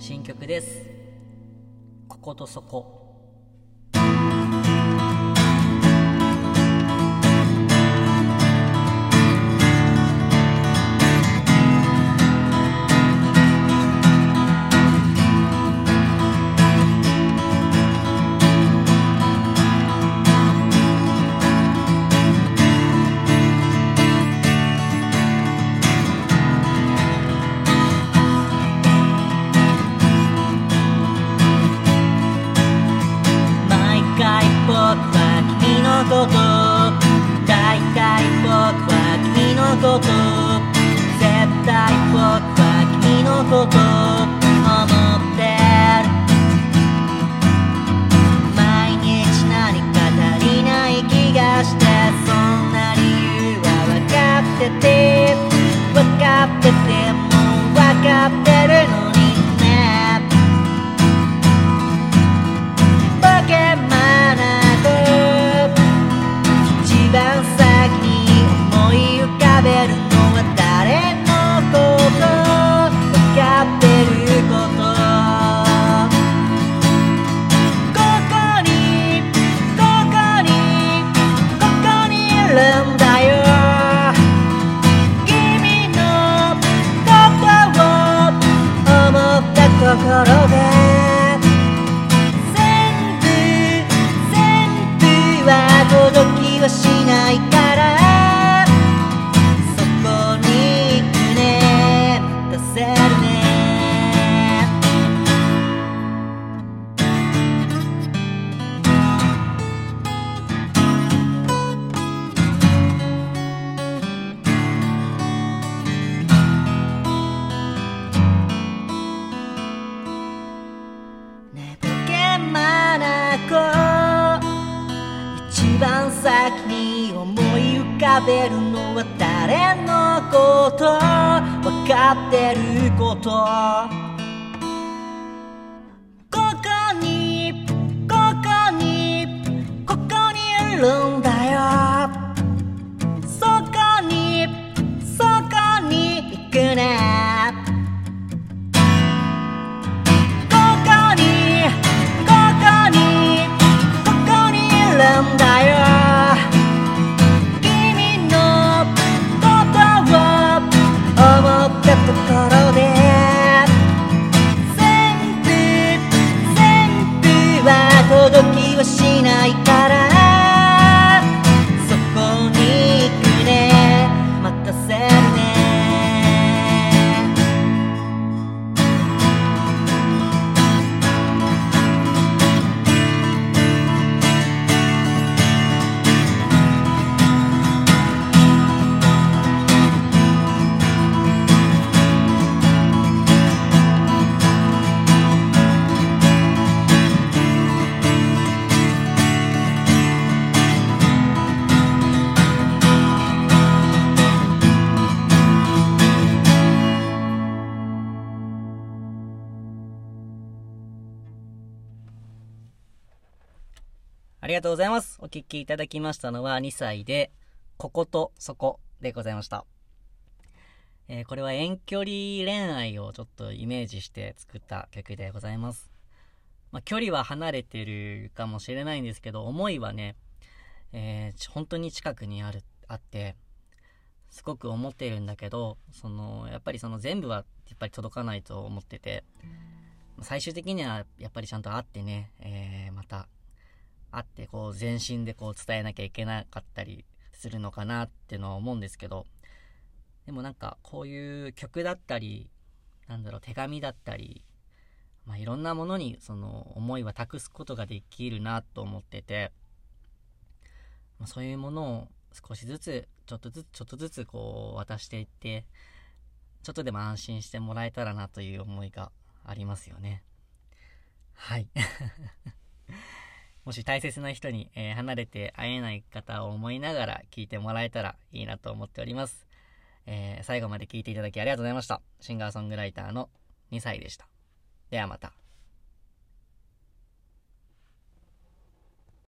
新曲です。こことそこ。 ことだいたい僕は君のこと絶対僕は君のこと思ってる毎日何か足りない気がしてそんな理由は分かってて分かってても分かってるのにねバケマナ一番先に思い浮かべるのは誰のこと分かってることここにいるんだよ君のことを思ったところで全部は届きはしないからそこに行くね出せるねねぼけまなこ一番先に思い浮かべるのは誰のこと分かってることここにいるんだよそこに行くねここにいるんだよ君のことを思ったところで全部は届きはしないからそこに行くね待たせるねありがとうございます。お聞きいただきましたのは2歳でこことそこでございました。これは遠距離恋愛をちょっとイメージして作った曲でございます。距離は離れてるかもしれないんですけど思いはね、本当に近くにあってすごく思っているんだけどやっぱり全部はやっぱり届かないと思ってて最終的にはやっぱりちゃんと会ってね、また会って全身で伝えなきゃいけなかったりするのかなってのは思うんですけどでもこういう曲だったり手紙だったりいろんなものに思いは託すことができるなと思っててそういうものを少しずつちょっとずつ渡していってちょっとでも安心してもらえたらなという思いがありますよね。はいもし大切な人に、離れて会えない方を思いながら聞いてもらえたらいいなと思っております。最後まで聞いていただきありがとうございました。シンガーソングライターの2歳でした。ではまた。